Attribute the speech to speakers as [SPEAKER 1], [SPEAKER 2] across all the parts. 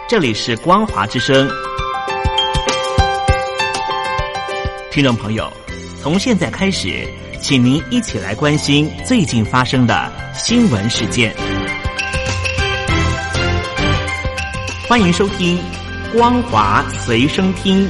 [SPEAKER 1] 这里是光华之声。听众朋友，从现在开始，请您一起来关心最近发生的新闻事件。欢迎收听光华随声听。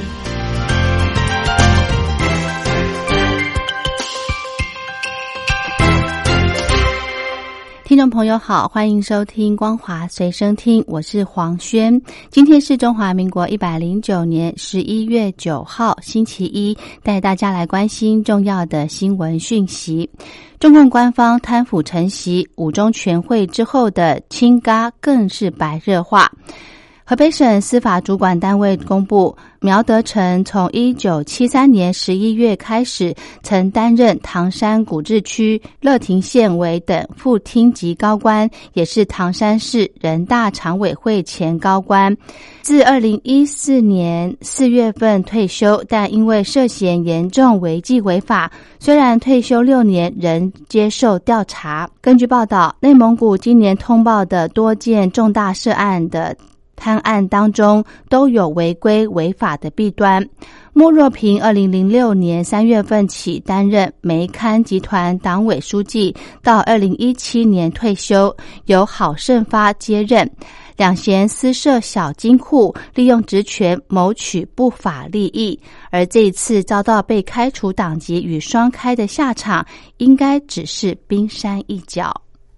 [SPEAKER 2] 听众朋友好，欢迎收听光华随声听，我是黄轩。今天是中华民国109年11月9号星期一，带大家来关心重要的新闻讯息。中共官方贪腐承袭，五中全会之后的清咖更是白热化。河北省司法主管单位公布，苗德成从1973年11月开始，曾担任唐山古治区乐亭县委等副厅级高官，也是唐山市人大常委会前高官。自2014年4月份退休，但因为涉嫌严重违纪违法，虽然退休6年，仍接受调查。根据报道，内蒙古今年通报的多件重大涉案的贪案当中都有违规违法的弊端。莫若平2006年3月份起担任煤勘集团党委书记，到2017年退休，由郝胜发接任，两嫌私设小金库，利用职权谋取不法利益，而这一次遭到被开除党籍与双开的下场，应该只是冰山一角。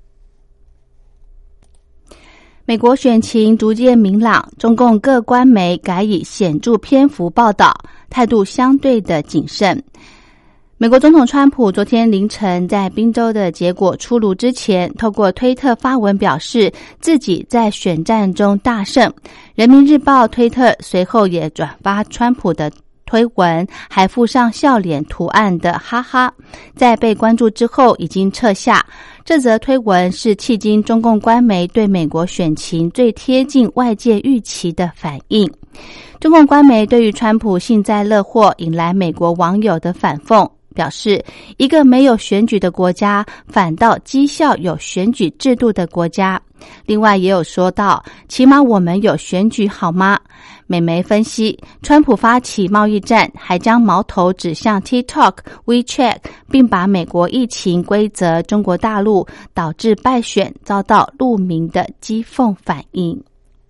[SPEAKER 2] 美国选情逐渐明朗，中共各官媒改以显著篇幅报道，态度相对的谨慎。美国总统川普昨天凌晨在宾州的结果出炉之前，透过推特发文表示自己在选战中大胜。人民日报推特随后也转发川普的推文，还附上笑脸图案的哈哈，在被关注之后已经撤下。这则推文是迄今中共官媒对美国选情最贴近外界预期的反应。中共官媒对于川普幸灾乐祸，引来美国网友的反讽，表示一个没有选举的国家，反倒讥笑有选举制度的国家。另外也有说到，起码我们有选举好吗？美媒分析，川普发起贸易战，还将矛头指向 TikTok、WeChat， 并把美国疫情归责中国大陆，导致败选，遭到陆民的讥讽反应。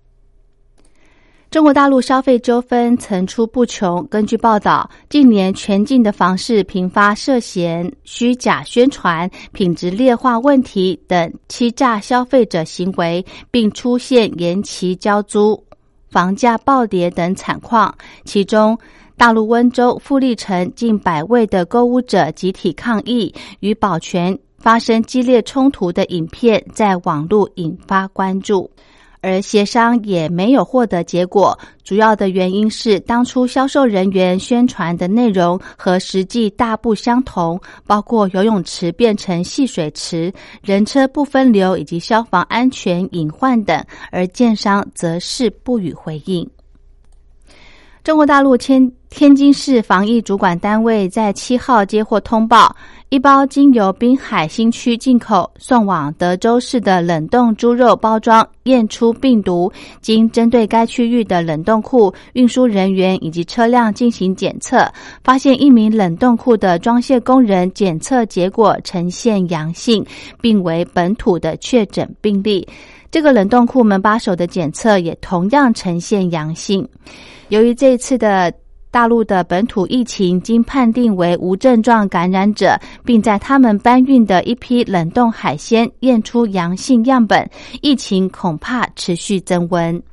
[SPEAKER 2] 中国大陆消费纠纷层出不穷，根据报道，近年全境的房市频发涉嫌虚假宣传、品质劣化问题等欺诈消费者行为，并出现延期交租、房价暴跌等惨况。其中大陆温州、富力城近100位的购物者集体抗议，与保全发生激烈冲突的影片在网络引发关注。而协商也没有获得结果，主要的原因是当初销售人员宣传的内容和实际大不相同，包括游泳池变成戏水池、人车不分流以及消防安全隐患等，而建商则是不予回应。中国大陆天津市防疫主管单位在7号接获通报，一包经由滨海新区进口送往德州市的冷冻猪肉包装验出病毒，经针对该区域的冷冻库、运输人员以及车辆进行检测，发现一名冷冻库的装卸工人检测结果呈现阳性，并为本土的确诊病例。这个冷冻库门把手的检测也同样呈现阳性。由于这一次的大陆的本土疫情经判定为无症状感染者，并在他们搬运的一批冷冻海鲜验出阳性样本，疫情恐怕持续增温。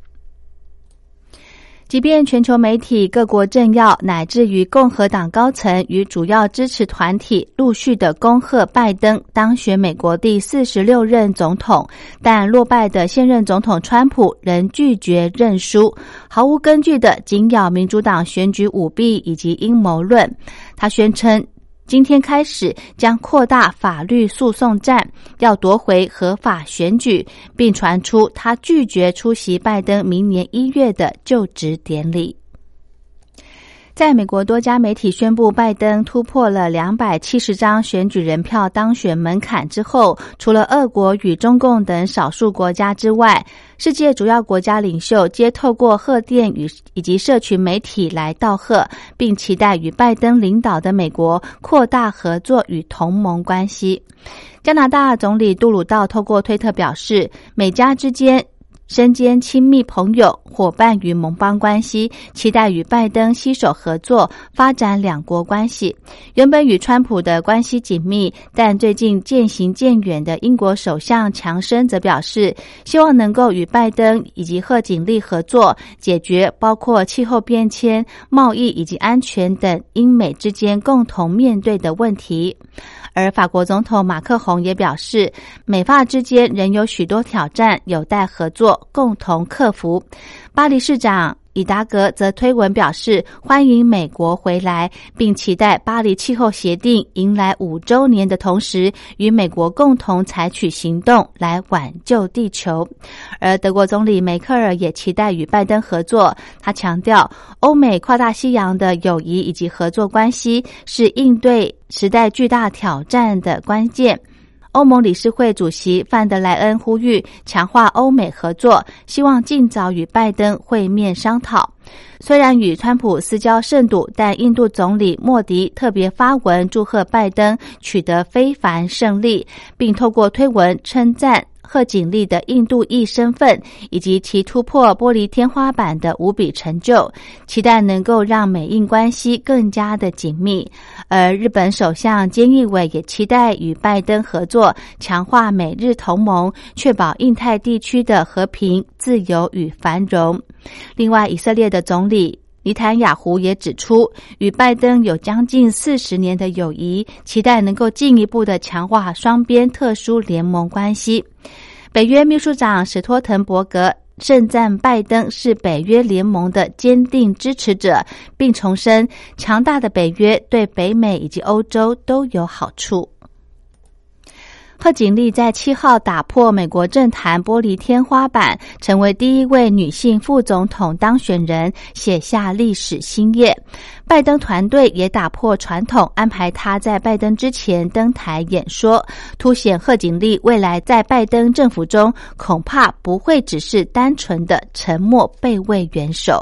[SPEAKER 2] 即便全球媒体、各国政要乃至于共和党高层与主要支持团体陆续的恭贺拜登当选美国第46任总统，但落败的现任总统川普仍拒绝认输，毫无根据的紧咬民主党选举舞弊以及阴谋论。他宣称今天开始将扩大法律诉讼战，要夺回合法选举，并传出他拒绝出席拜登明年1月的就职典礼。 在美国多家媒体宣布拜登突破了270张选举人票当选门槛之后，除了俄国与中共等少数国家之外，世界主要国家领袖皆透过贺电以及社群媒体来道贺，并期待与拜登领导的美国扩大合作与同盟关系。加拿大总理杜鲁道透过推特表示，美加之间深坚亲密朋友、伙伴与盟邦关系，期待与拜登携手合作，发展两国关系。原本与川普的关系紧密，但最近渐行渐远的英国首相强生则表示，希望能够与拜登以及贺锦丽合作，解决包括气候变迁、贸易以及安全等英美之间共同面对的问题。而法国总统马克宏也表示，美法之间仍有许多挑战有待合作共同克服。巴黎市长以达格则推文表示，欢迎美国回来，并期待巴黎气候协定迎来5周年的同时，与美国共同采取行动来挽救地球。而德国总理梅克尔也期待与拜登合作，他强调，欧美跨大西洋的友谊以及合作关系是应对时代巨大挑战的关键。欧盟理事会主席范德莱恩呼吁强化欧美合作，希望尽早与拜登会面商讨。虽然与川普私交甚笃，但印度总理莫迪特别发文祝贺拜登取得非凡胜利，并透过推文称赞贺锦丽的印度裔身份以及其突破玻璃天花板的无比成就，期待能够让美印关系更加的紧密。而日本首相菅义伟也期待与拜登合作，强化美日同盟，确保印太地区的和平、自由与繁荣。另外，以色列的总理尼坦雅胡也指出，与拜登有将近40年的友谊，期待能够进一步的强化双边特殊联盟关系。北约秘书长史托滕伯格盛赞拜登是北约联盟的坚定支持者，并重申强大的北约对北美以及欧洲都有好处。贺锦丽在7号打破美国政坛玻璃天花板，成为第一位女性副总统当选人，写下历史新页。拜登团队也打破传统，安排她在拜登之前登台演说，凸显贺锦丽未来在拜登政府中恐怕不会只是单纯的沉默备位元首。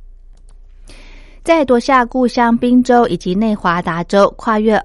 [SPEAKER 2] 在夺下故乡宾州以及内华达州跨越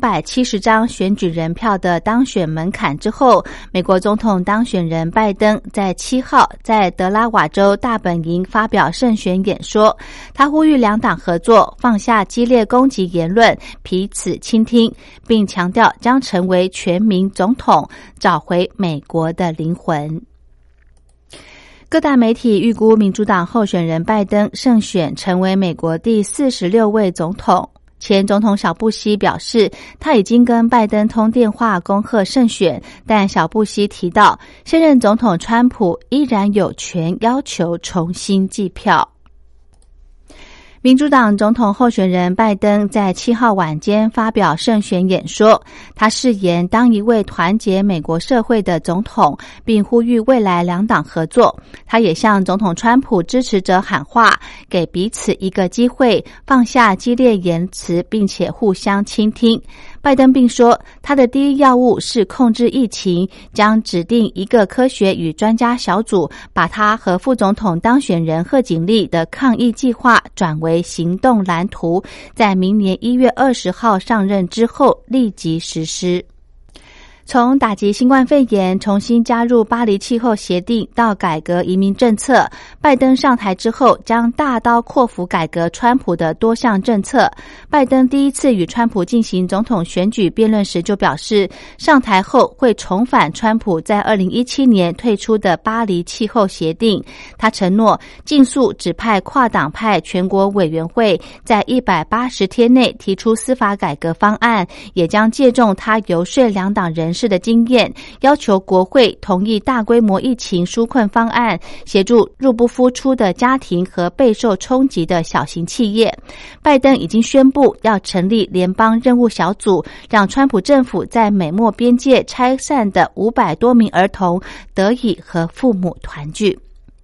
[SPEAKER 2] 270张选举人票的当选门槛之后，美国总统当选人拜登在7号在德拉瓦州大本营发表胜选演说，他呼吁两党合作，放下激烈攻击言论，彼此倾听，并强调将成为全民总统，找回美国的灵魂。各大媒体预估民主党候选人拜登胜选成为美国第46位总统。前总统小布希表示，他已经跟拜登通电话恭贺胜选，但小布希提到，现任总统川普依然有权要求重新计票。民主党总统候选人拜登在7号晚间发表胜选演说，他誓言当一位团结美国社会的总统，并呼吁未来两党合作。他也向总统川普支持者喊话，给彼此一个机会，放下激烈言辞，并且互相倾听。拜登并说，他的第一要务是控制疫情，将指定一个科学与专家小组，把他和副总统当选人贺锦丽的抗疫计划转为行动蓝图，在明年1月20号上任之后立即实施。从打击新冠肺炎、重新加入巴黎气候协定到改革移民政策，拜登上台之后将大刀阔斧改革川普的多项政策。拜登第一次与川普进行总统选举辩论时就表示，上台后会重返川普在2017年退出的巴黎气候协定。他承诺尽速指派跨党派全国委员会，在180天内提出司法改革方案，也将借重他游说两党人士的经验，要求国会同意大规模疫情纾困方案，协助入不敷出的家庭和备受冲击的小型企业。拜登已经宣布要成立联邦任务小组，让川普政府在美墨边界拆散的500多名儿童得以和父母团聚。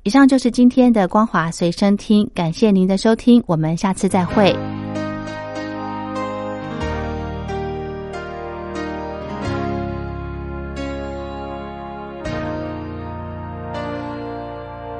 [SPEAKER 2] 以上就是今天的光华随身听，感谢您的收听，我们下次再会。